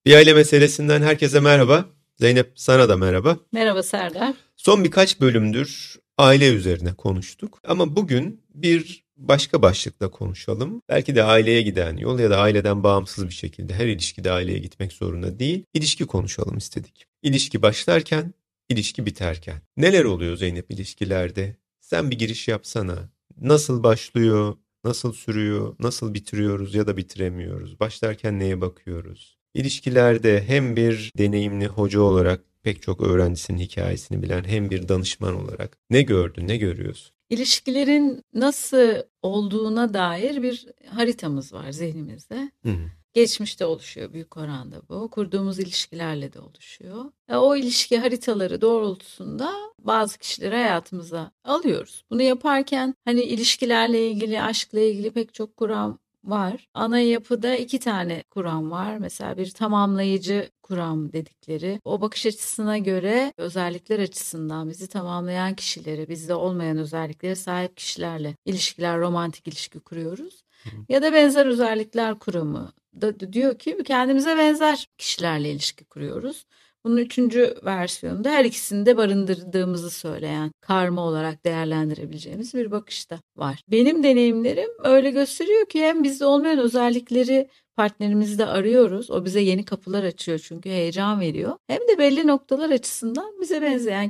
Bir aile meselesinden herkese merhaba. Zeynep, sana da merhaba. Merhaba Serdar. Son birkaç bölümdür aile üzerine konuştuk. Ama bugün bir başka başlıkla konuşalım. Belki de aileye giden yol ya da aileden bağımsız bir şekilde her ilişkide aileye gitmek zorunda değil. İlişki konuşalım istedik. İlişki başlarken, ilişki biterken. Neler oluyor Zeynep ilişkilerde? Sen bir giriş yapsana. Nasıl başlıyor? Nasıl sürüyor? Nasıl bitiriyoruz ya da bitiremiyoruz? Başlarken neye bakıyoruz? İlişkilerde hem bir deneyimli hoca olarak pek çok öğrencisinin hikayesini bilen hem bir danışman olarak ne gördün, ne görüyorsun? İlişkilerin nasıl olduğuna dair bir haritamız var zihnimizde. Hı hı. Geçmişte oluşuyor büyük oranda bu. Kurduğumuz ilişkilerle de oluşuyor. O ilişki haritaları doğrultusunda bazı kişileri hayatımıza alıyoruz. Bunu yaparken hani ilişkilerle ilgili, aşkla ilgili pek çok kuram var. Ana yapıda iki tane kuram var. Mesela bir tamamlayıcı kuram dedikleri. O bakış açısına göre özellikler açısından bizi tamamlayan kişileri, bizde olmayan özelliklere sahip kişilerle ilişkiler, romantik ilişki kuruyoruz. Hı hı. Ya da benzer özellikler kuramı da diyor ki kendimize benzer kişilerle ilişki kuruyoruz. Bunun üçüncü versiyonu da her ikisini de barındırdığımızı söyleyen, karma olarak değerlendirebileceğimiz bir bakışta var. Benim deneyimlerim öyle gösteriyor ki hem bizde olmayan özellikleri partnerimizde arıyoruz. O bize yeni kapılar açıyor çünkü heyecan veriyor. Hem de belli noktalar açısından bize benzeyen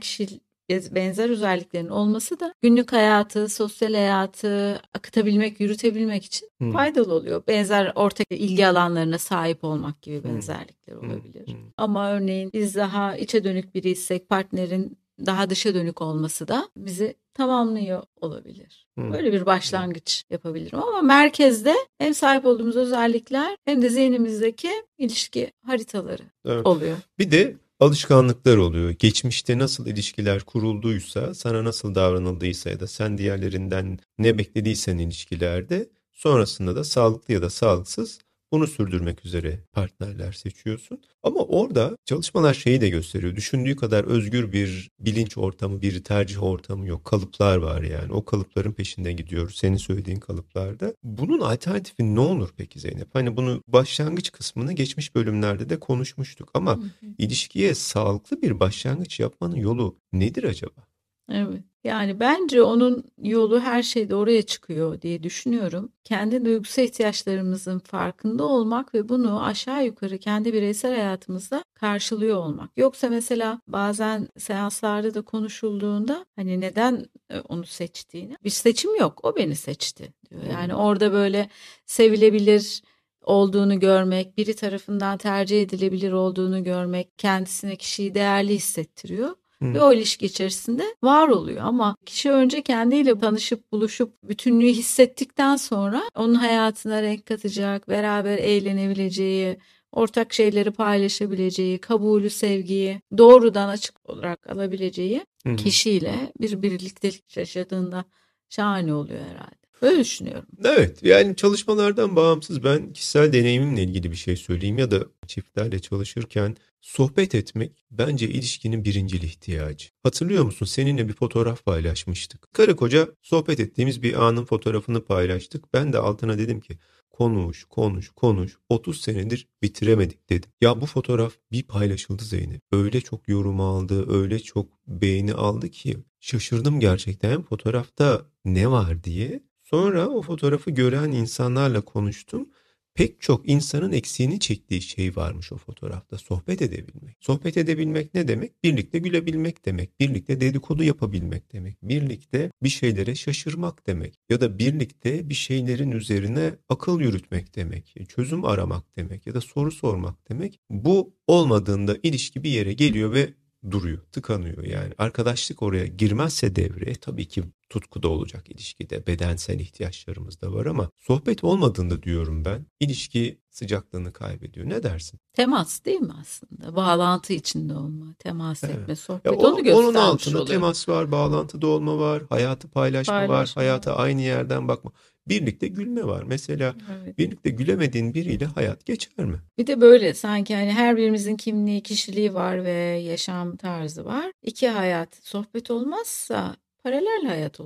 benzer özelliklerin olması da günlük hayatı, sosyal hayatı akıtabilmek, yürütebilmek için Hı faydalı oluyor. Benzer ortak ilgi alanlarına sahip olmak gibi hı. benzerlikler Hı hı. olabilir. Ama örneğin biz daha içe dönük biriysek partnerin daha dışa dönük olması da bizi tamamlıyor olabilir. Hı Böyle bir hı. başlangıç yapabilirim ama merkezde hem sahip olduğumuz özellikler hem de zihnimizdeki ilişki haritaları Evet. oluyor. Bir de alışkanlıklar oluyor. Geçmişte nasıl ilişkiler kurulduysa, sana nasıl davranıldıysa ya da sen diğerlerinden ne beklediysen ilişkilerde, sonrasında da sağlıklı ya da sağlıksız bunu sürdürmek üzere partnerler seçiyorsun. Ama orada çalışmalar şeyi de gösteriyor. Düşündüğü kadar özgür bir bilinç ortamı, bir tercih ortamı yok. Kalıplar var yani. O kalıpların peşinden gidiyoruz. Senin söylediğin kalıplarda. Bunun alternatifi ne olur peki Zeynep? Hani bunu başlangıç kısmını geçmiş bölümlerde de konuşmuştuk Hı ama hı. ilişkiye sağlıklı bir başlangıç yapmanın yolu nedir acaba? Evet. Yani bence onun yolu her şeyde oraya çıkıyor diye düşünüyorum. Kendi duygusal ihtiyaçlarımızın farkında olmak ve bunu aşağı yukarı kendi bireysel hayatımızda karşılıyor olmak. Yoksa mesela bazen seanslarda da konuşulduğunda hani neden onu seçtiğini, bir seçim yok. O beni seçti diyor. Yani Hmm, orada böyle sevilebilir olduğunu görmek, biri tarafından tercih edilebilir olduğunu görmek kendisine kişiyi değerli hissettiriyor hmm, ve o ilişki içerisinde var oluyor. Ama kişi önce kendiyle tanışıp buluşup bütünlüğü hissettikten sonra onun hayatına renk katacak, beraber eğlenebileceği, ortak şeyleri paylaşabileceği, kabulü, sevgiyi doğrudan açık olarak alabileceği hmm. kişiyle bir birliktelik yaşadığında şahane oluyor herhalde. Böyle düşünüyorum. Evet, yani çalışmalardan bağımsız ben kişisel deneyimimle ilgili bir şey söyleyeyim ya da çiftlerle çalışırken sohbet etmek bence ilişkinin birincil ihtiyacı. Hatırlıyor musun? Seninle bir fotoğraf paylaşmıştık. Karı koca sohbet ettiğimiz bir anın fotoğrafını paylaştık. Ben de altına dedim ki konuş, konuş, konuş. 30 senedir bitiremedik dedim. Ya bu fotoğraf bir paylaşıldı Zeynep. Öyle çok yorum aldı, öyle çok beğeni aldı ki şaşırdım gerçekten fotoğrafta ne var diye. Sonra o fotoğrafı gören insanlarla konuştum. Pek çok insanın eksiğini çektiği şey varmış o fotoğrafta. Sohbet edebilmek. Sohbet edebilmek ne demek? Birlikte gülebilmek demek. Birlikte dedikodu yapabilmek demek. Birlikte bir şeylere şaşırmak demek. Ya da birlikte bir şeylerin üzerine akıl yürütmek demek. Çözüm aramak demek ya da soru sormak demek. Bu olmadığında ilişki bir yere geliyor ve duruyor, tıkanıyor yani. Arkadaşlık oraya girmezse devreye tabii ki tutku da olacak ilişkide. Bedensel ihtiyaçlarımız da var ama sohbet olmadığında diyorum ben ilişki sıcaklığını kaybediyor. Ne dersin? Temas değil mi aslında? Bağlantı içinde olma, temas Evet. etme, Ya sohbet onu onun göstermiş altında oluyor. temas var, bağlantıda olma var, hayatı paylaşma var, Paylaşma. hayata aynı yerden bakma. Birlikte gülme var. Mesela Evet. birlikte gülemediğin biriyle hayat geçer mi? Bir de böyle sanki hani her birimizin kimliği, kişiliği var ve yaşam tarzı var. İki hayat sohbet olmazsa paralel hayat oluyor.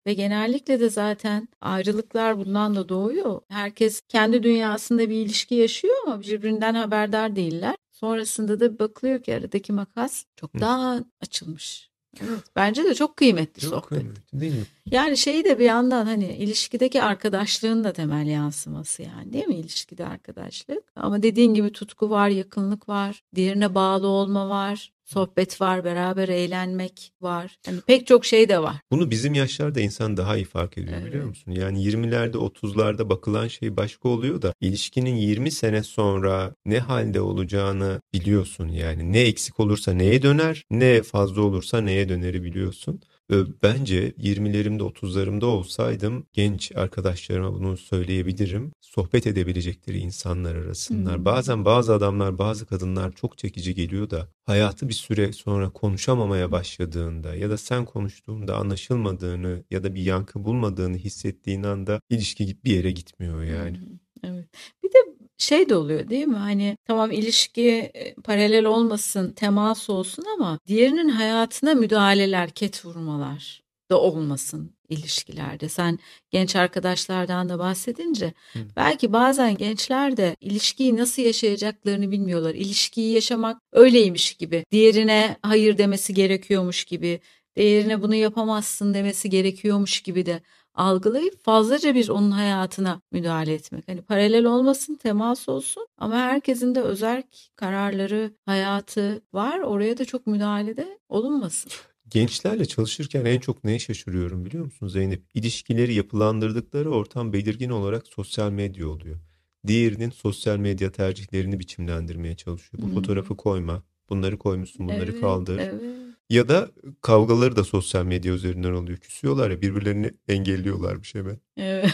Ve genellikle de zaten ayrılıklar bundan da doğuyor. Herkes kendi dünyasında bir ilişki yaşıyor ama birbirinden haberdar değiller. Sonrasında da bakılıyor ki aradaki makas çok daha açılmış. Evet, bence de çok kıymetli Çok sohbet. kıymetli değil mi? Yani şeyi de bir yandan hani ilişkideki arkadaşlığın da temel yansıması yani değil mi? İlişkide arkadaşlık. Ama dediğin gibi tutku var, yakınlık var, diğerine bağlı olma var, sohbet var, beraber eğlenmek var. Hani pek çok şey de var. Bunu bizim yaşlarda insan daha iyi fark ediyor biliyor Evet. musun? Yani 20'lerde 30'larda bakılan şey başka oluyor da ilişkinin 20 sene sonra ne halde olacağını biliyorsun yani. Ne eksik olursa neye döner, ne fazla olursa neye döneri biliyorsun. Bence 20'lerimde 30'larımda olsaydım genç arkadaşlarıma bunu söyleyebilirim. Sohbet edebilecekleri insanlar arasınlar. Bazen bazı adamlar, bazı kadınlar çok çekici geliyor da hayatı bir süre sonra konuşamamaya başladığında ya da sen konuştuğunda anlaşılmadığını ya da bir yankı bulmadığını hissettiğin anda ilişki bir yere gitmiyor yani. Evet. Bir de şey de oluyor değil mi? Hani tamam ilişki paralel olmasın, temas olsun ama diğerinin hayatına müdahaleler, ket vurmalar da olmasın ilişkilerde. Sen genç arkadaşlardan da bahsedince belki bazen gençler de ilişkiyi nasıl yaşayacaklarını bilmiyorlar. İlişkiyi yaşamak öyleymiş gibi, diğerine hayır demesi gerekiyormuş gibi, diğerine bunu yapamazsın demesi gerekiyormuş gibi de algılayıp fazlaca bir onun hayatına müdahale etmek. Hani paralel olmasın, temas olsun ama herkesin de özerk kararları, hayatı var. Oraya da çok müdahalede olunmasın. Gençlerle çalışırken en çok neye şaşırıyorum biliyor musun Zeynep? İlişkileri yapılandırdıkları ortam belirgin olarak sosyal medya oluyor. Diğerinin sosyal medya tercihlerini biçimlendirmeye çalışıyor. Bu fotoğrafı koyma, bunları koymuşsun, bunları kaldır. Evet. Ya da kavgaları da sosyal medya üzerinden oluyor. Küsüyorlar ya birbirlerini engelliyorlarmış hemen. Evet.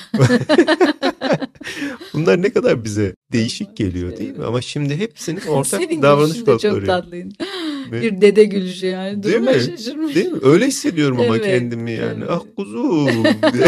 Bunlar ne kadar bize değişik geliyor değil mi? Ama şimdi hepsinin ortak Senin davranış gülüşün de çok kodları. tatlıydı. Ne? Bir dede gülüşü yani. Değil Duruma mi? şaşırmış. Değil mi? Öyle hissediyorum ama Evet, kendimi yani. evet. Ah kuzum diye.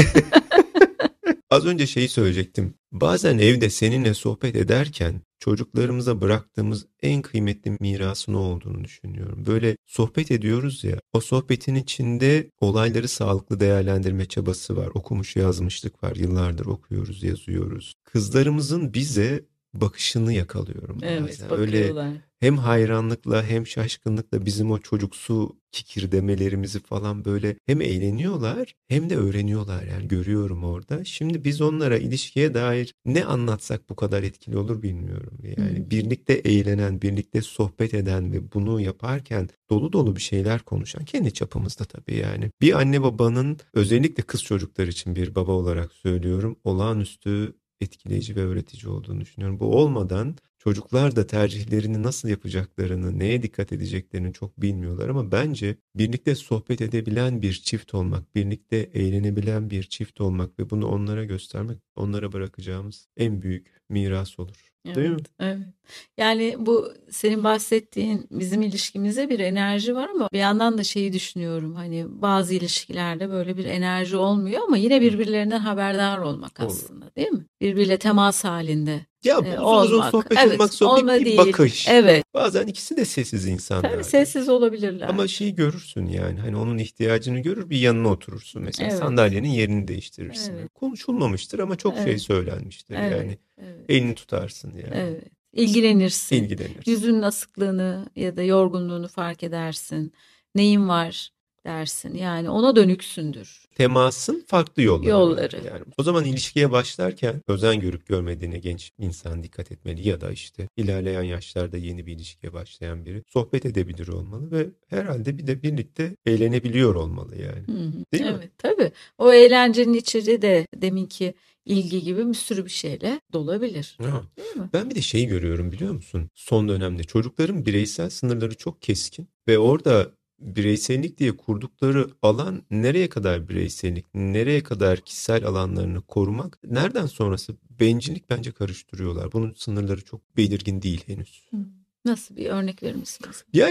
Az önce şeyi söyleyecektim. Bazen evde seninle sohbet ederken çocuklarımıza bıraktığımız en kıymetli mirasın o olduğunu düşünüyorum. Böyle sohbet ediyoruz ya, o sohbetin içinde olayları sağlıklı değerlendirme çabası var. Okumuş yazmışlık var. Yıllardır okuyoruz, yazıyoruz. Kızlarımızın bize bakışını yakalıyorum Evet, bazen. Öyle bakıyorlar. hem hayranlıkla hem şaşkınlıkla bizim o çocuksu kikirdemelerimizi falan böyle hem eğleniyorlar hem de öğreniyorlar yani görüyorum orada. Şimdi biz onlara ilişkiye dair ne anlatsak bu kadar etkili olur bilmiyorum. Yani birlikte eğlenen, birlikte sohbet eden ve bunu yaparken dolu dolu bir şeyler konuşan kendi çapımızda tabii yani. Bir anne babanın özellikle kız çocuklar için bir baba olarak söylüyorum olağanüstü etkileyici ve öğretici olduğunu düşünüyorum. Bu olmadan çocuklar da tercihlerini nasıl yapacaklarını, neye dikkat edeceklerini çok bilmiyorlar ama bence birlikte sohbet edebilen bir çift olmak, birlikte eğlenebilen bir çift olmak ve bunu onlara göstermek, onlara bırakacağımız en büyük miras olur. Değil mi? Evet, evet. Yani bu senin bahsettiğin bizim ilişkimize bir enerji var ama bir yandan da şeyi düşünüyorum. Hani bazı ilişkilerde böyle bir enerji olmuyor ama yine birbirlerinden haberdar olmak Olur. aslında, değil mi? Birbiriyle temas halinde Ya uzun uzun olmak. sohbet Evet, olmak zor. olma Bir değil. bakış. Evet. Bazen ikisi de sessiz Tabii insanlar. sessiz olabilirler. Ama şeyi görürsün yani hani onun ihtiyacını görür bir yanına oturursun mesela Evet. sandalyenin yerini değiştirirsin. Evet. Konuşulmamıştır ama çok şey Evet. söylenmiştir Evet. yani. Evet. Elini tutarsın yani. Evet. İlgilenirsin. İlgilenirsin. Yüzünün asıklığını ya da yorgunluğunu fark edersin. Neyin var dersin. Yani ona dönüksündür. Temasın farklı yolları var. Yolları. Yani o zaman ilişkiye başlarken özen görüp görmediğine genç insan dikkat etmeli ya da işte ilerleyen yaşlarda yeni bir ilişkiye başlayan biri sohbet edebilir olmalı ve herhalde bir de birlikte eğlenebiliyor olmalı yani. Değil mi? Evet, tabii. O eğlencenin içeriği de deminki ilgi gibi bir sürü bir şeyle dolabilir. Ha. Değil mi? Ben bir de şeyi görüyorum biliyor musun? Son dönemde çocukların bireysel sınırları çok keskin ve orada bireysellik diye kurdukları alan nereye kadar bireysellik, nereye kadar kişisel alanlarını korumak, nereden sonrası bencillik bence karıştırıyorlar. Bunun sınırları çok belirgin değil henüz. Nasıl bir örnek verir misin? Yani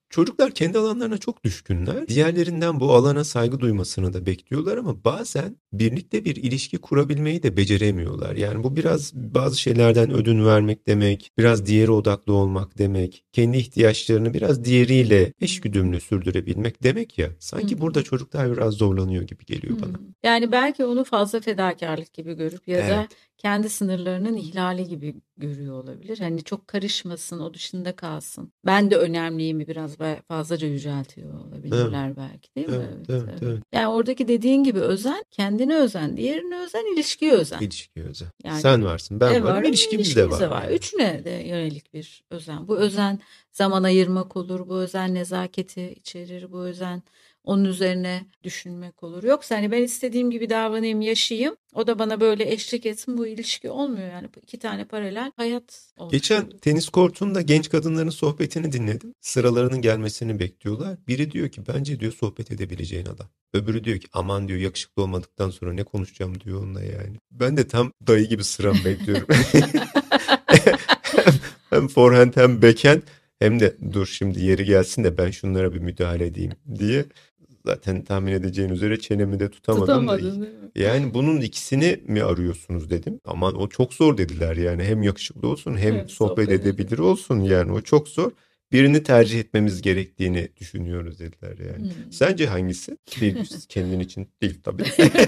Çocuklar kendi alanlarına çok düşkünler. Diğerlerinden bu alana saygı duymasını da bekliyorlar ama bazen birlikte bir ilişki kurabilmeyi de beceremiyorlar. Yani bu biraz bazı şeylerden ödün vermek demek, biraz diğeri odaklı olmak demek, kendi ihtiyaçlarını biraz diğeriyle eşgüdümlü sürdürebilmek demek ya. Sanki burada çocuklar biraz zorlanıyor gibi geliyor bana. Yani belki onu fazla fedakarlık gibi görüp ya da Evet. kendi sınırlarının ihlali gibi görüyor olabilir. Hani çok karışmasın, o dışında kalsın. Ben de önemliyimi biraz fazlaca yüceltiyor Evet, olabilirler belki, değil mi? evet, Evet, evet, evet. evet. Yani oradaki dediğin gibi özen, kendine özen, diğerine özen, ilişkiye özen. İlişki özel. Yani Sen varsın, ben varım, varım, ilişkimiz de ilişkimiz de var var. yani. Üçüne de yönelik bir özen. Bu özen zaman ayırmak olur, bu özen nezaketi içerir, bu özen onun üzerine düşünmek olur. Yoksa hani ben istediğim gibi davranayım, yaşayayım, o da bana böyle eşlik etsin, bu ilişki olmuyor yani. İki tane paralel hayat olmuş Geçen oluyor. tenis kortunda genç kadınların sohbetini dinledim. Sıralarının gelmesini bekliyorlar. Biri diyor ki bence diyor sohbet edebileceğin adam. Öbürü diyor ki aman diyor yakışıklı olmadıktan sonra ne konuşacağım diyor onunla yani. Ben de tam dayı gibi sıramı bekliyorum. Hem forehand hem backhand hem de dur şimdi yeri gelsin de ben şunlara bir müdahale edeyim diye. Zaten tahmin edeceğin üzere çenemi de tutamadım da. Tutamadın değil mi? Yani bunun ikisini mi arıyorsunuz dedim. Aman o çok zor dediler yani. Hem yakışıklı olsun hem Evet, sohbet sohbet edebilir edelim. olsun yani o çok zor. Birini tercih etmemiz gerektiğini düşünüyoruz dediler yani. Sence hangisi? Bir kendin için değil tabii.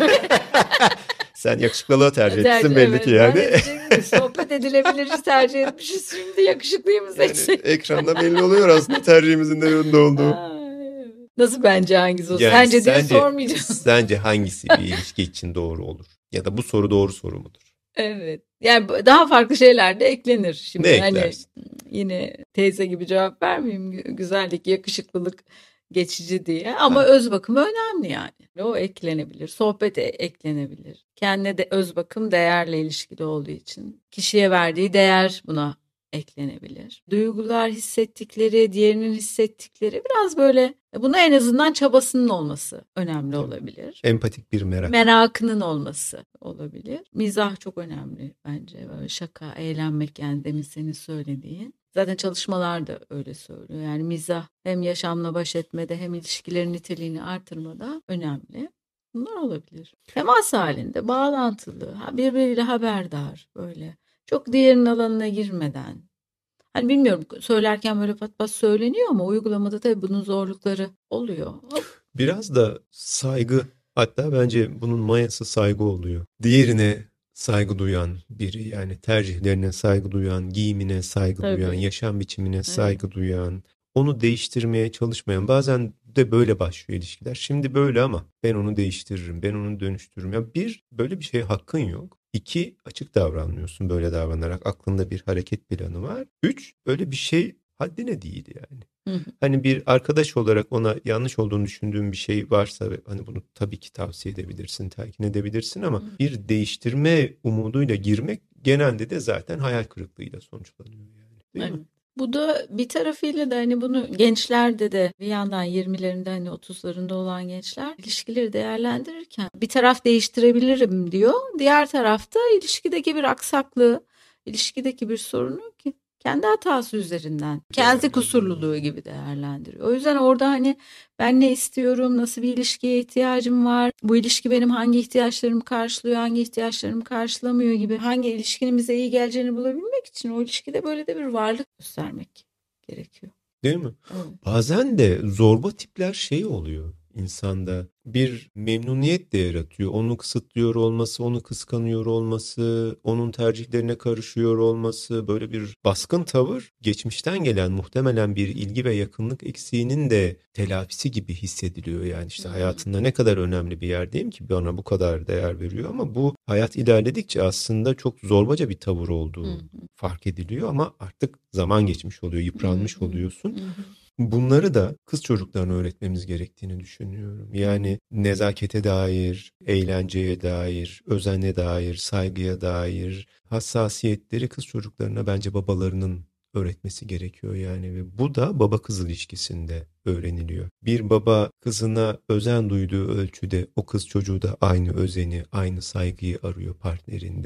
Sen yakışıklılığı tercih etsin belli ki Evet, ben yani. de diyecektim ki sohbet edilebiliriz tercih etmişiz. Şimdi yakışıklıyı mı Yani seçecek? ekranda belli oluyor aslında tercihimizin ne yönde olduğu. Evet. Nasıl bence hangisi o? Yani Sence diye sormayacağım. sence hangisi bir ilişki için doğru olur? Ya da bu soru doğru soru mudur? Evet. Yani daha farklı şeyler de eklenir. Ne Şimdi hani eklersin? yine teyze gibi cevap vermeyeyim. Güzellik, yakışıklılık geçici diye. Ama Ha, öz bakımı önemli yani. O eklenebilir. Sohbet eklenebilir. Kendine de öz bakım değerle ilişkili olduğu için. Kişiye verdiği değer buna eklenebilir. Duygular, hissettikleri, diğerinin hissettikleri biraz böyle buna en azından çabasının olması önemli tabii. olabilir. Empatik bir merak. Merakının olması olabilir. Mizah çok önemli bence. Böyle şaka, eğlenmek yani demin senin söylediğin. Zaten çalışmalar da öyle söylüyor. Yani mizah hem yaşamla baş etmede hem ilişkilerin niteliğini artırmada önemli. Bunlar olabilir. Temas halinde, bağlantılı, birbiriyle haberdar böyle. Çok diğerinin alanına girmeden. Hani bilmiyorum söylerken böyle pat pat söyleniyor ama uygulamada tabii bunun zorlukları oluyor. Biraz da saygı, hatta bence bunun mayası saygı oluyor. Diğerine saygı duyan biri, yani tercihlerine saygı duyan, giyimine saygı duyan, Tabii. yaşam biçimine Evet. saygı duyan, onu değiştirmeye çalışmayan, bazen de böyle başlıyor ilişkiler. Şimdi böyle ama ben onu değiştiririm, ben onu dönüştürürüm. Ya bir, böyle bir şeye hakkın yok. İki, açık davranmıyorsun böyle davranarak. Aklında bir hareket planı var. Üç, öyle bir şey haddine değil yani. Hı hı. Hani bir arkadaş olarak ona yanlış olduğunu düşündüğün bir şey varsa ve hani bunu tabii ki tavsiye edebilirsin, telkin edebilirsin ama bir değiştirme umuduyla girmek genelde de zaten hayal kırıklığıyla sonuçlanıyor yani. Değil Evet. mi? Bu da bir tarafıyla da hani bunu gençlerde de bir yandan 20'lerinde hani 30'larında olan gençler ilişkileri değerlendirirken bir taraf değiştirebilirim diyor. Diğer tarafta ilişkideki bir aksaklığı, ilişkideki bir sorunu ki kendi hatası üzerinden, kendi Değerlendiriyor. kusurluluğu gibi değerlendiriyor. O yüzden orada hani ben ne istiyorum, nasıl bir ilişkiye ihtiyacım var, bu ilişki benim hangi ihtiyaçlarımı karşılıyor, hangi ihtiyaçlarımı karşılamıyor gibi hangi ilişkinin bize iyi geleceğini bulabilmek için o ilişkide böyle de bir varlık göstermek gerekiyor. Değil mi? Evet. Bazen de zorba tipler şey oluyor insanda. Bir memnuniyet de yaratıyor. Onu kısıtlıyor olması, onu kıskanıyor olması, onun tercihlerine karışıyor olması, böyle bir baskın tavır geçmişten gelen muhtemelen bir ilgi ve yakınlık eksiğinin de telafisi gibi hissediliyor. Yani işte Hmm. hayatında ne kadar önemli bir yerdeyim ki bana bu kadar değer veriyor ama bu hayat ilerledikçe aslında çok zorbaca bir tavır Hı olduğu hı. fark ediliyor ama artık zaman geçmiş oluyor, Hı yıpranmış hı. oluyorsun. Hı hı. Bunları da kız çocuklarına öğretmemiz gerektiğini düşünüyorum. Yani nezakete dair, eğlenceye dair, özene dair, saygıya dair hassasiyetleri kız çocuklarına bence babalarının öğretmesi gerekiyor yani ve bu da baba kız ilişkisinde öğreniliyor. Bir baba kızına özen duyduğu ölçüde o kız çocuğu da aynı özeni, aynı saygıyı arıyor partnerinde.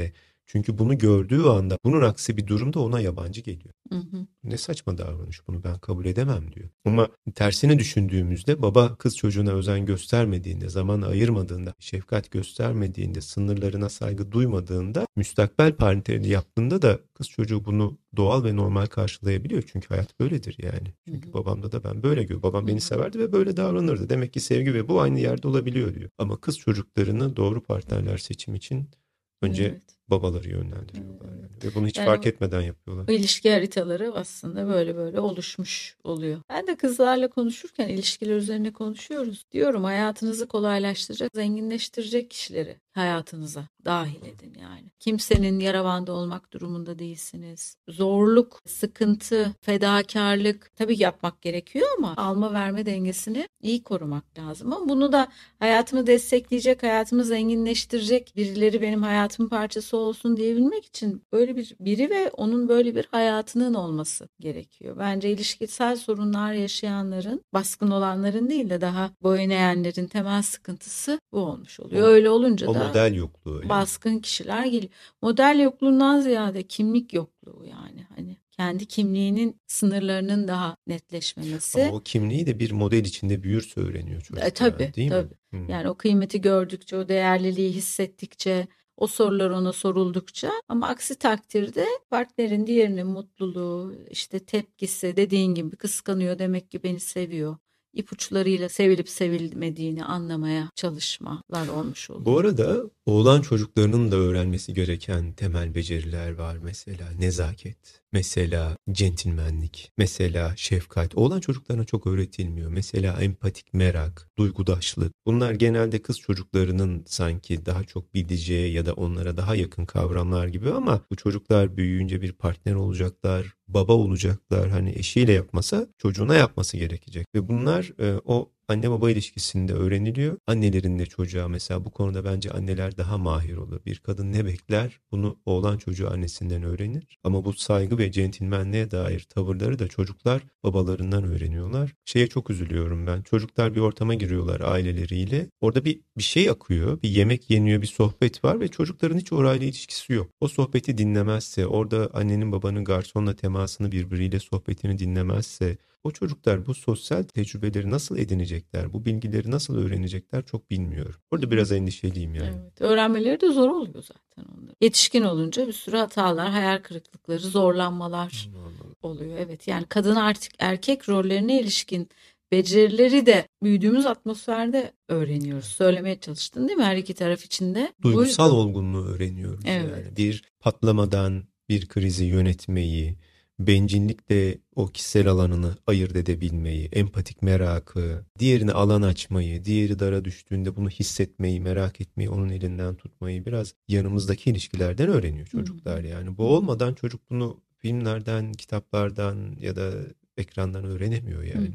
Çünkü bunu gördüğü anda bunun aksi bir durumda ona yabancı geliyor. Hı hı. Ne saçma davranış, bunu ben kabul edemem diyor. Ama tersini düşündüğümüzde baba kız çocuğuna özen göstermediğinde, zaman ayırmadığında, şefkat göstermediğinde, sınırlarına saygı duymadığında, müstakbel partneri yaptığında da kız çocuğu bunu doğal ve normal karşılayabiliyor. Çünkü hayat böyledir yani. Çünkü babamda da ben böyle görüyorum. Babam beni severdi ve böyle davranırdı. Demek ki sevgi ve bu aynı yerde olabiliyor diyor. Ama kız çocuklarını doğru partnerler seçim için önce Evet. babaları yönlendiriyorlar yani. Ve bunu hiç Yani fark etmeden yapıyorlar. o ilişki haritaları aslında böyle oluşmuş oluyor. Ben de kızlarla konuşurken ilişkiler üzerine konuşuyoruz. Diyorum hayatınızı kolaylaştıracak, zenginleştirecek kişileri hayatınıza dahil edin yani. Kimsenin yaravanda olmak durumunda değilsiniz. Zorluk, sıkıntı, fedakarlık tabii yapmak gerekiyor ama alma verme dengesini iyi korumak lazım. Ama bunu da hayatımı destekleyecek, hayatımı zenginleştirecek birileri benim hayatımın parçası olsun diyebilmek için böyle biri ve onun böyle bir hayatının olması gerekiyor. Bence ilişkisel sorunlar yaşayanların, baskın olanların değil de daha boyun eğenlerin temel sıkıntısı bu olmuş oluyor. Öyle olunca O da model yokluğu öyle. baskın kişiler geliyor. Model yokluğundan ziyade kimlik yokluğu yani. Hani kendi kimliğinin sınırlarının daha netleşmemesi. Ama o kimliği de bir model içinde büyürse öğreniyor çocuklar, Tabii, değil mi? tabii. Yani o kıymeti gördükçe, o değerliliği hissettikçe, o sorular ona soruldukça, ama aksi takdirde partnerin diğerinin mutluluğu, işte tepkisi, dediğin gibi kıskanıyor, demek ki beni seviyor. İpuçlarıyla sevilip sevilmediğini anlamaya çalışmalar olmuş oluyor. Bu arada oğlan çocuklarının da öğrenmesi gereken temel beceriler var. Mesela nezaket, mesela centilmenlik, mesela şefkat. Oğlan çocuklarına çok öğretilmiyor. Mesela empatik merak, duygudaşlık. Bunlar genelde kız çocuklarının sanki daha çok bileceği ya da onlara daha yakın kavramlar gibi, ama bu çocuklar büyüyünce bir partner olacaklar, baba olacaklar. Hani eşiyle yapmasa çocuğuna yapması gerekecek. Ve bunlar o anne baba ilişkisinde öğreniliyor. Annelerin de çocuğa, mesela bu konuda bence anneler daha mahir olur. Bir kadın ne bekler? Bunu oğlan çocuğu annesinden öğrenir. Ama bu saygı ve centilmenliğe dair tavırları da çocuklar babalarından öğreniyorlar. Şeye çok üzülüyorum ben. Çocuklar bir ortama giriyorlar aileleriyle. Orada bir şey akıyor. Bir yemek yeniyor, bir sohbet var ve çocukların hiç orayla ilişkisi yok. O sohbeti dinlemezse, orada annenin babanın garsonla temasını, birbiriyle sohbetini dinlemezse, o çocuklar bu sosyal tecrübeleri nasıl edinecekler, bu bilgileri nasıl öğrenecekler çok bilmiyorum. Orada biraz endişeliyim yani. Evet, öğrenmeleri de zor oluyor zaten onların. Yetişkin olunca bir sürü hatalar, hayal kırıklıkları, zorlanmalar oluyor. Evet, yani kadın artık erkek rollerine ilişkin becerileri de büyüdüğümüz atmosferde öğreniyoruz. Söylemeye çalıştın değil mi, her iki taraf içinde? Duygusal Buydu. olgunluğu öğreniyoruz Evet. yani. Bir patlamadan bir krizi yönetmeyi, bencillikle o kişisel alanını ayırt edebilmeyi, empatik merakı, diğerine alan açmayı, diğeri dara düştüğünde bunu hissetmeyi, merak etmeyi, onun elinden tutmayı biraz yanımızdaki ilişkilerden öğreniyor çocuklar yani. Bu olmadan çocuk bunu filmlerden, kitaplardan ya da ekrandan öğrenemiyor yani.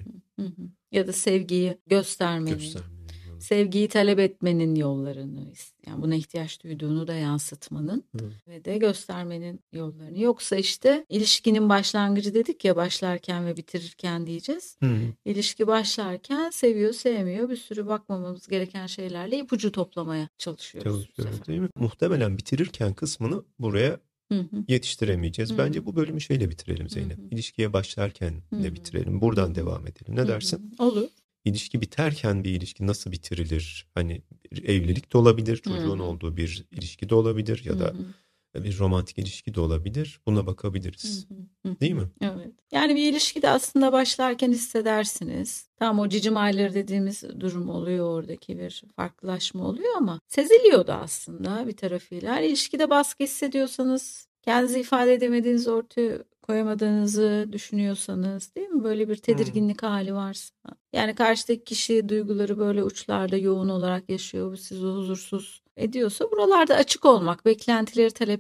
Ya da sevgiyi göstermenin, sevgiyi talep etmenin yollarını, yani buna ihtiyaç duyduğunu da yansıtmanın ve de göstermenin yollarını. Yoksa işte ilişkinin başlangıcı dedik ya, başlarken ve bitirirken diyeceğiz. İlişki başlarken seviyor, sevmiyor, bir sürü bakmamamız gereken şeylerle ipucu toplamaya çalışıyoruz. Değil mi? Muhtemelen bitirirken kısmını buraya yetiştiremeyeceğiz. Bence bu bölümü şeyle bitirelim Zeynep. İlişkiye başlarken de bitirelim. Buradan devam edelim. Ne dersin? Olur. İlişki biterken bir ilişki nasıl bitirilir? Hani bir evlilik de olabilir, çocuğun olduğu bir ilişki de olabilir ya da bir romantik ilişki de olabilir. Buna bakabiliriz. Değil mi? Evet. Yani bir ilişkide aslında başlarken hissedersiniz. Tam o cicim ayları dediğimiz durum oluyor, oradaki bir farklılaşma oluyor ama seziliyor da aslında bir tarafıyla. İlişkide baskı hissediyorsanız, kendinizi ifade edemediğinizi, ortaya koyamadığınızı düşünüyorsanız, değil mi? Böyle bir tedirginlik hali varsa. Yani karşıdaki kişi duyguları böyle uçlarda yoğun olarak yaşıyor, bu sizi huzursuz ediyorsa, buralarda açık olmak, beklentileri, talepleri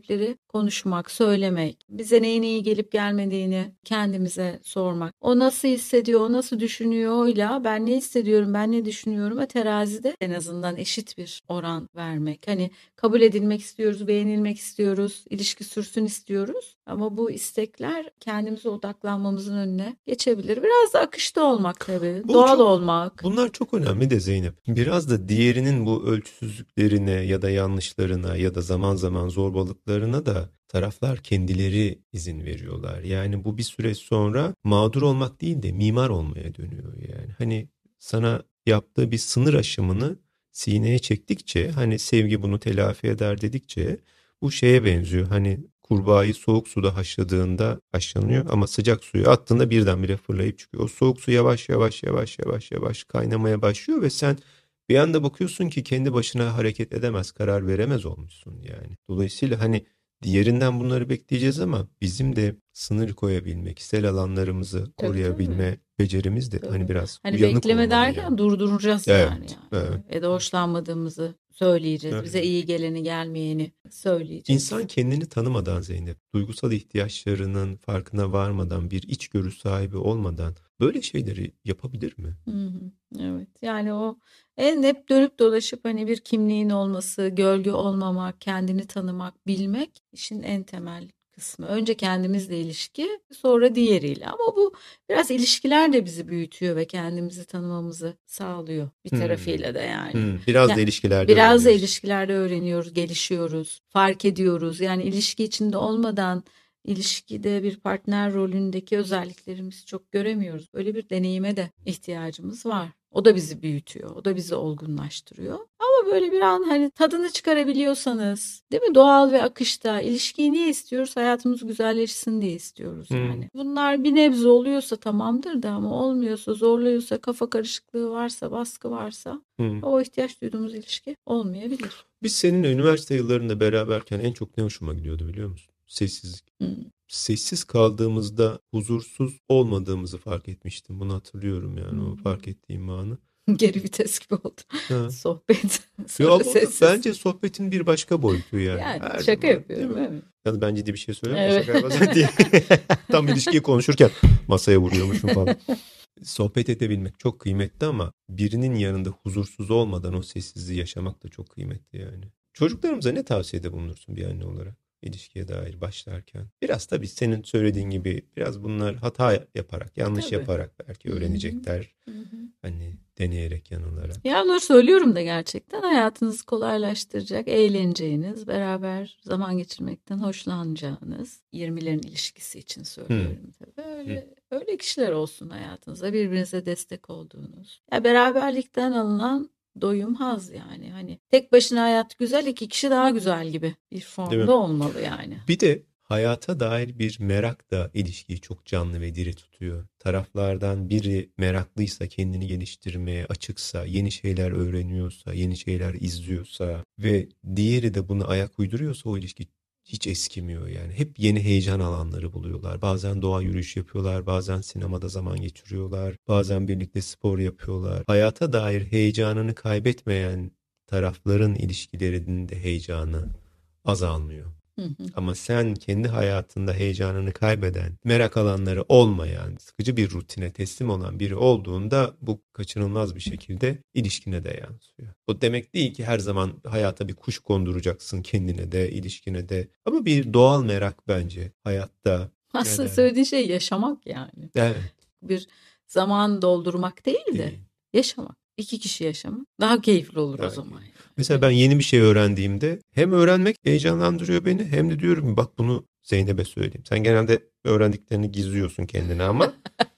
konuşmak, söylemek, bize neyin iyi gelip gelmediğini kendimize sormak. O nasıl hissediyor, o nasıl düşünüyorla ben ne hissediyorum, ben ne düşünüyorum terazide en azından eşit bir oran vermek. Hani kabul edilmek istiyoruz, beğenilmek istiyoruz, ilişki sürsün istiyoruz. Ama bu istekler kendimize odaklanmamızın önüne geçebilir. Biraz da akışta olmak tabii, doğal olmak. Bunlar çok önemli de Zeynep. Biraz da diğerinin bu ölçüsüzlüklerine ya da yanlışlarına ya da zaman zaman zorbalıklarına da taraflar kendileri izin veriyorlar. Yani bu bir süre sonra mağdur olmak değil de mimar olmaya dönüyor yani. Hani sana yaptığı bir sınır aşımını sineye çektikçe, hani sevgi bunu telafi eder dedikçe bu şeye benziyor. Hani kurbağayı soğuk suda haşladığında haşlanıyor ama sıcak suya attığında birdenbire fırlayıp çıkıyor. O soğuk su yavaş yavaş yavaş yavaş yavaş kaynamaya başlıyor ve sen bir anda bakıyorsun ki kendi başına hareket edemez, karar veremez olmuşsun yani. Dolayısıyla hani diğerinden bunları bekleyeceğiz ama bizim de sınır koyabilme, kişisel alanlarımızı Tabii, koruyabilme becerimiz de tabii. hani biraz Hani uyanık bekleme olmalı derken yani. durduracağız Evet, yani. evet, Ya da hoşlanmadığımızı söyleyeceğiz. evet. Bize iyi geleni gelmeyeni söyleyeceğiz. İnsan kendini tanımadan Zeynep, duygusal ihtiyaçlarının farkına varmadan, bir içgörü sahibi olmadan böyle şeyleri yapabilir mi? Hı hı. Evet. Yani o hep dönüp dolaşıp hani bir kimliğin olması, gölge olmamak, kendini tanımak, bilmek işin en temel kısmı. Önce kendimizle ilişki, sonra diğeriyle. Ama bu biraz ilişkiler de bizi büyütüyor ve kendimizi tanımamızı sağlıyor bir tarafıyla da yani. Biraz da Ya, ilişkilerde biraz da öğreniyoruz. ilişkilerde öğreniyoruz, gelişiyoruz, fark ediyoruz. Yani ilişki içinde olmadan ilişkide bir partner rolündeki özelliklerimizi çok göremiyoruz. Böyle bir deneyime de ihtiyacımız var. O da bizi büyütüyor, o da bizi olgunlaştırıyor. Ama böyle bir an hani tadını çıkarabiliyorsanız, değil mi? Doğal ve akışta ilişkiyi niye istiyoruz? Hayatımız güzelleşsin diye istiyoruz yani. Bunlar bir nebze oluyorsa tamamdır da ama olmuyorsa, zorluyorsa, kafa karışıklığı varsa, baskı varsa o ihtiyaç duyduğumuz ilişki olmayabilir. Biz seninle üniversite yıllarında beraberken en çok ne hoşuma gidiyordu biliyor musun? Sessizlik. Hmm. Sessiz kaldığımızda huzursuz olmadığımızı fark etmiştim. Bunu hatırlıyorum yani o fark ettiğim anı. Geri vites gibi oldu. Ha. Sohbet. Ya Sonra ama sessiz. bence sohbetin bir başka boyutu yani. Yani Her şaka zaman, yapıyorum, değil mi? evet. Yani ben ciddi bir şey söylüyorum. Evet. Şaka yapacağım diye. Tam ilişkiyi konuşurken masaya vuruyormuşum falan. Sohbet edebilmek çok kıymetli ama birinin yanında huzursuz olmadan o sessizliği yaşamak da çok kıymetli yani. Çocuklarımıza ne tavsiyede bulunursun bir anne olarak ilişkiye dair başlarken? Biraz tabii senin söylediğin gibi biraz bunlar hata yaparak, yanlış Tabii. yaparak belki öğrenecekler. Hı hı. Hani deneyerek yanılarak. Ya onları söylüyorum da gerçekten hayatınızı kolaylaştıracak, eğleneceğiniz, beraber zaman geçirmekten hoşlanacağınız 20'lerin ilişkisi için söylüyorum tabii. Öyle kişiler olsun hayatınızda, birbirinize destek olduğunuz. Ya beraberlikten alınan doyum, haz yani. Hani tek başına hayat güzel, iki kişi daha güzel gibi bir Değil mi? formda olmalı yani. Bir de hayata dair bir merak da ilişkiyi çok canlı ve diri tutuyor. Taraflardan biri meraklıysa, kendini geliştirmeye açıksa, yeni şeyler öğreniyorsa, yeni şeyler izliyorsa ve diğeri de buna ayak uyduruyorsa o ilişki hiç eskimiyor yani. Hep yeni heyecan alanları buluyorlar. Bazen doğa yürüyüş yapıyorlar, bazen sinemada zaman geçiriyorlar, bazen birlikte spor yapıyorlar. Hayata dair heyecanını kaybetmeyen tarafların ilişkilerinin de heyecanı azalmıyor. Ama sen kendi hayatında heyecanını kaybeden, merak alanları olmayan, sıkıcı bir rutine teslim olan biri olduğunda bu kaçınılmaz bir şekilde ilişkine de yansıyor. O demek değil ki her zaman hayata bir kuş konduracaksın kendine de, ilişkine de. Ama bir doğal merak bence hayatta. Aslında Neden? söylediğin şey yaşamak yani. Evet. Bir zaman doldurmak değil de Değil. yaşamak. İki kişi yaşamak daha keyifli olur Daha o zaman. Yani. Mesela ben yeni bir şey öğrendiğimde hem öğrenmek heyecanlandırıyor beni hem de diyorum bak bunu Zeynep'e söyleyeyim. Sen genelde öğrendiklerini gizliyorsun kendine ama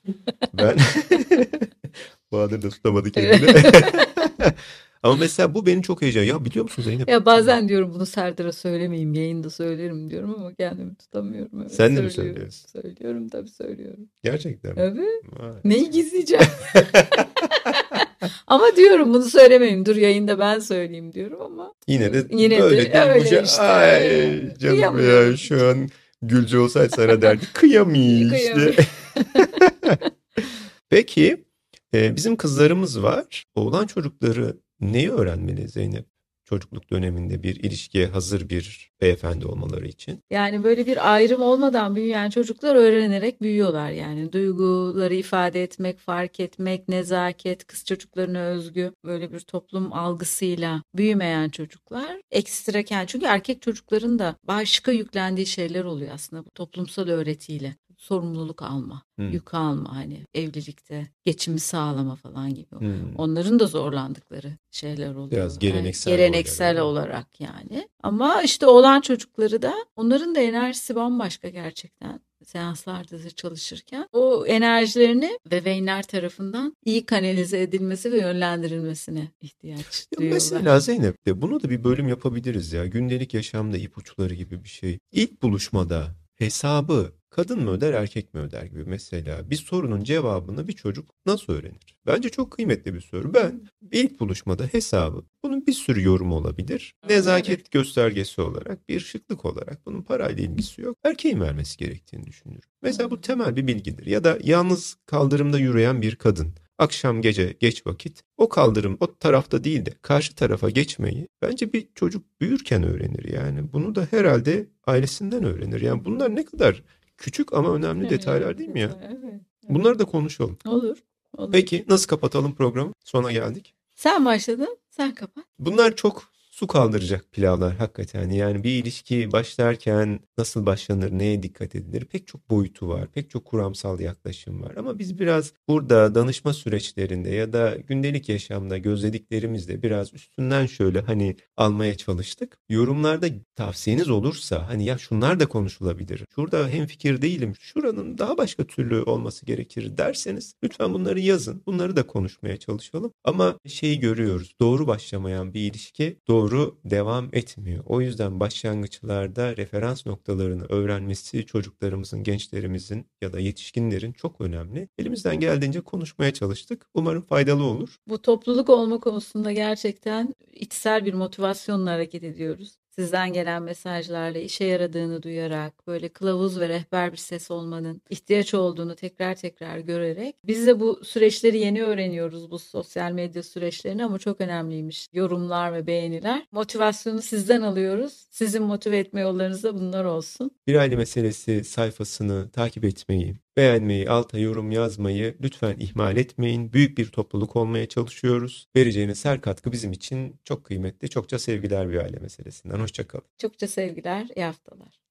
ben Bahadır da tutamadı kendini. Ama mesela bu beni çok heyecan. Ya biliyor musun Zeynep? Ya bazen diyorum bunu Serdar'a söylemeyeyim, yayında söylerim diyorum ama kendimi tutamıyorum. Evet, Sen de mi söylüyorum. söylüyorsun? Söylüyorum, tabii söylüyorum. Gerçekten mi? Evet. Vay. Neyi gizleyeceğim? Ama diyorum bunu söylemeyeyim. Dur yayında ben söyleyeyim diyorum ama. Yine de Yine böyle de değil. öyle işte. Ay canım ya Kıyamıyorum. şu an Gülce olsaydı sana derdi kıyamayız işte. Kıyamıyorum. Peki bizim kızlarımız var. Oğlan çocukları neyi öğrenmeli Zeynep? çocukluk döneminde bir ilişkiye hazır bir beyefendi olmaları için. Yani böyle bir ayrım olmadan büyüyen çocuklar öğrenerek büyüyorlar yani. Duyguları ifade etmek, fark etmek, nezaket, kız çocuklarına özgü böyle bir toplum algısıyla büyümeyen çocuklar ekstreken. Çünkü erkek çocukların da başka yüklendiği şeyler oluyor aslında bu toplumsal öğretiyle. Sorumluluk alma, yük alma, hani evlilikte geçimi sağlama falan gibi. Onların da zorlandıkları şeyler oluyor. Biraz geleneksel Geleneksel olarak yani. Ama işte olan çocukları da, onların da enerjisi bambaşka gerçekten. Seanslarda da çalışırken o enerjilerini bebeğinler tarafından iyi kanalize edilmesi ve yönlendirilmesine ihtiyaç duyuyorlar. Mesela Zeynep de bunu da bir bölüm yapabiliriz ya. Gündelik yaşamda ipuçları gibi bir şey. İlk buluşmada hesabı kadın mı öder erkek mi öder gibi mesela bir sorunun cevabını bir çocuk nasıl öğrenir? Bence çok kıymetli bir soru. Ben ilk buluşmada hesabı, bunun bir sürü yorumu olabilir. Nezaket göstergesi olarak, bir şıklık olarak, bunun parayla ilgisi yok. Erkeğin vermesi gerektiğini düşünürüm. Mesela bu temel bir bilgidir. Ya da yalnız kaldırımda yürüyen bir kadın. Akşam gece geç vakit o kaldırım o tarafta değil de karşı tarafa geçmeyi bence bir çocuk büyürken öğrenir yani. Bunu da herhalde ailesinden öğrenir. Yani bunlar ne kadar küçük ama önemli detaylar değil mi ya? Evet. Bunları da konuşalım. Olur. Peki nasıl kapatalım programı? Sona geldik. Sen başladın, sen kapat. Bunlar çok su kaldıracak pilavlar hakikaten. Yani bir ilişki başlarken nasıl başlanır, neye dikkat edilir? Pek çok boyutu var, pek çok kuramsal yaklaşım var. Ama biz biraz burada danışma süreçlerinde ya da gündelik yaşamda gözlediklerimizle biraz üstünden şöyle hani almaya çalıştık. Yorumlarda tavsiyeniz olursa hani ya şunlar da konuşulabilir. Şurada hemfikir değilim, şuranın daha başka türlü olması gerekir derseniz lütfen bunları yazın. Bunları da konuşmaya çalışalım. Ama şeyi görüyoruz. Doğru başlamayan bir ilişki doğru devam etmiyor. O yüzden başlangıçlarda referans noktalarını öğrenmesi çocuklarımızın, gençlerimizin ya da yetişkinlerin çok önemli. Elimizden geldiğince konuşmaya çalıştık. Umarım faydalı olur. Bu topluluk olma konusunda gerçekten içsel bir motivasyonla hareket ediyoruz. Sizden gelen mesajlarla işe yaradığını duyarak, böyle kılavuz ve rehber bir ses olmanın ihtiyaç olduğunu tekrar tekrar görerek, biz de bu süreçleri yeni öğreniyoruz, bu sosyal medya süreçlerini, ama çok önemliymiş yorumlar ve beğeniler. Motivasyonu sizden alıyoruz. Sizin motive etme yollarınız da bunlar olsun. Bir Aile Meselesi sayfasını takip etmeyi, beğenmeyi, alta yorum yazmayı lütfen ihmal etmeyin. Büyük bir topluluk olmaya çalışıyoruz. Vereceğiniz her katkı bizim için çok kıymetli. Çokça sevgiler Bir Aile Meselesi'nden. Hoşça kalın. Çokça sevgiler, iyi haftalar.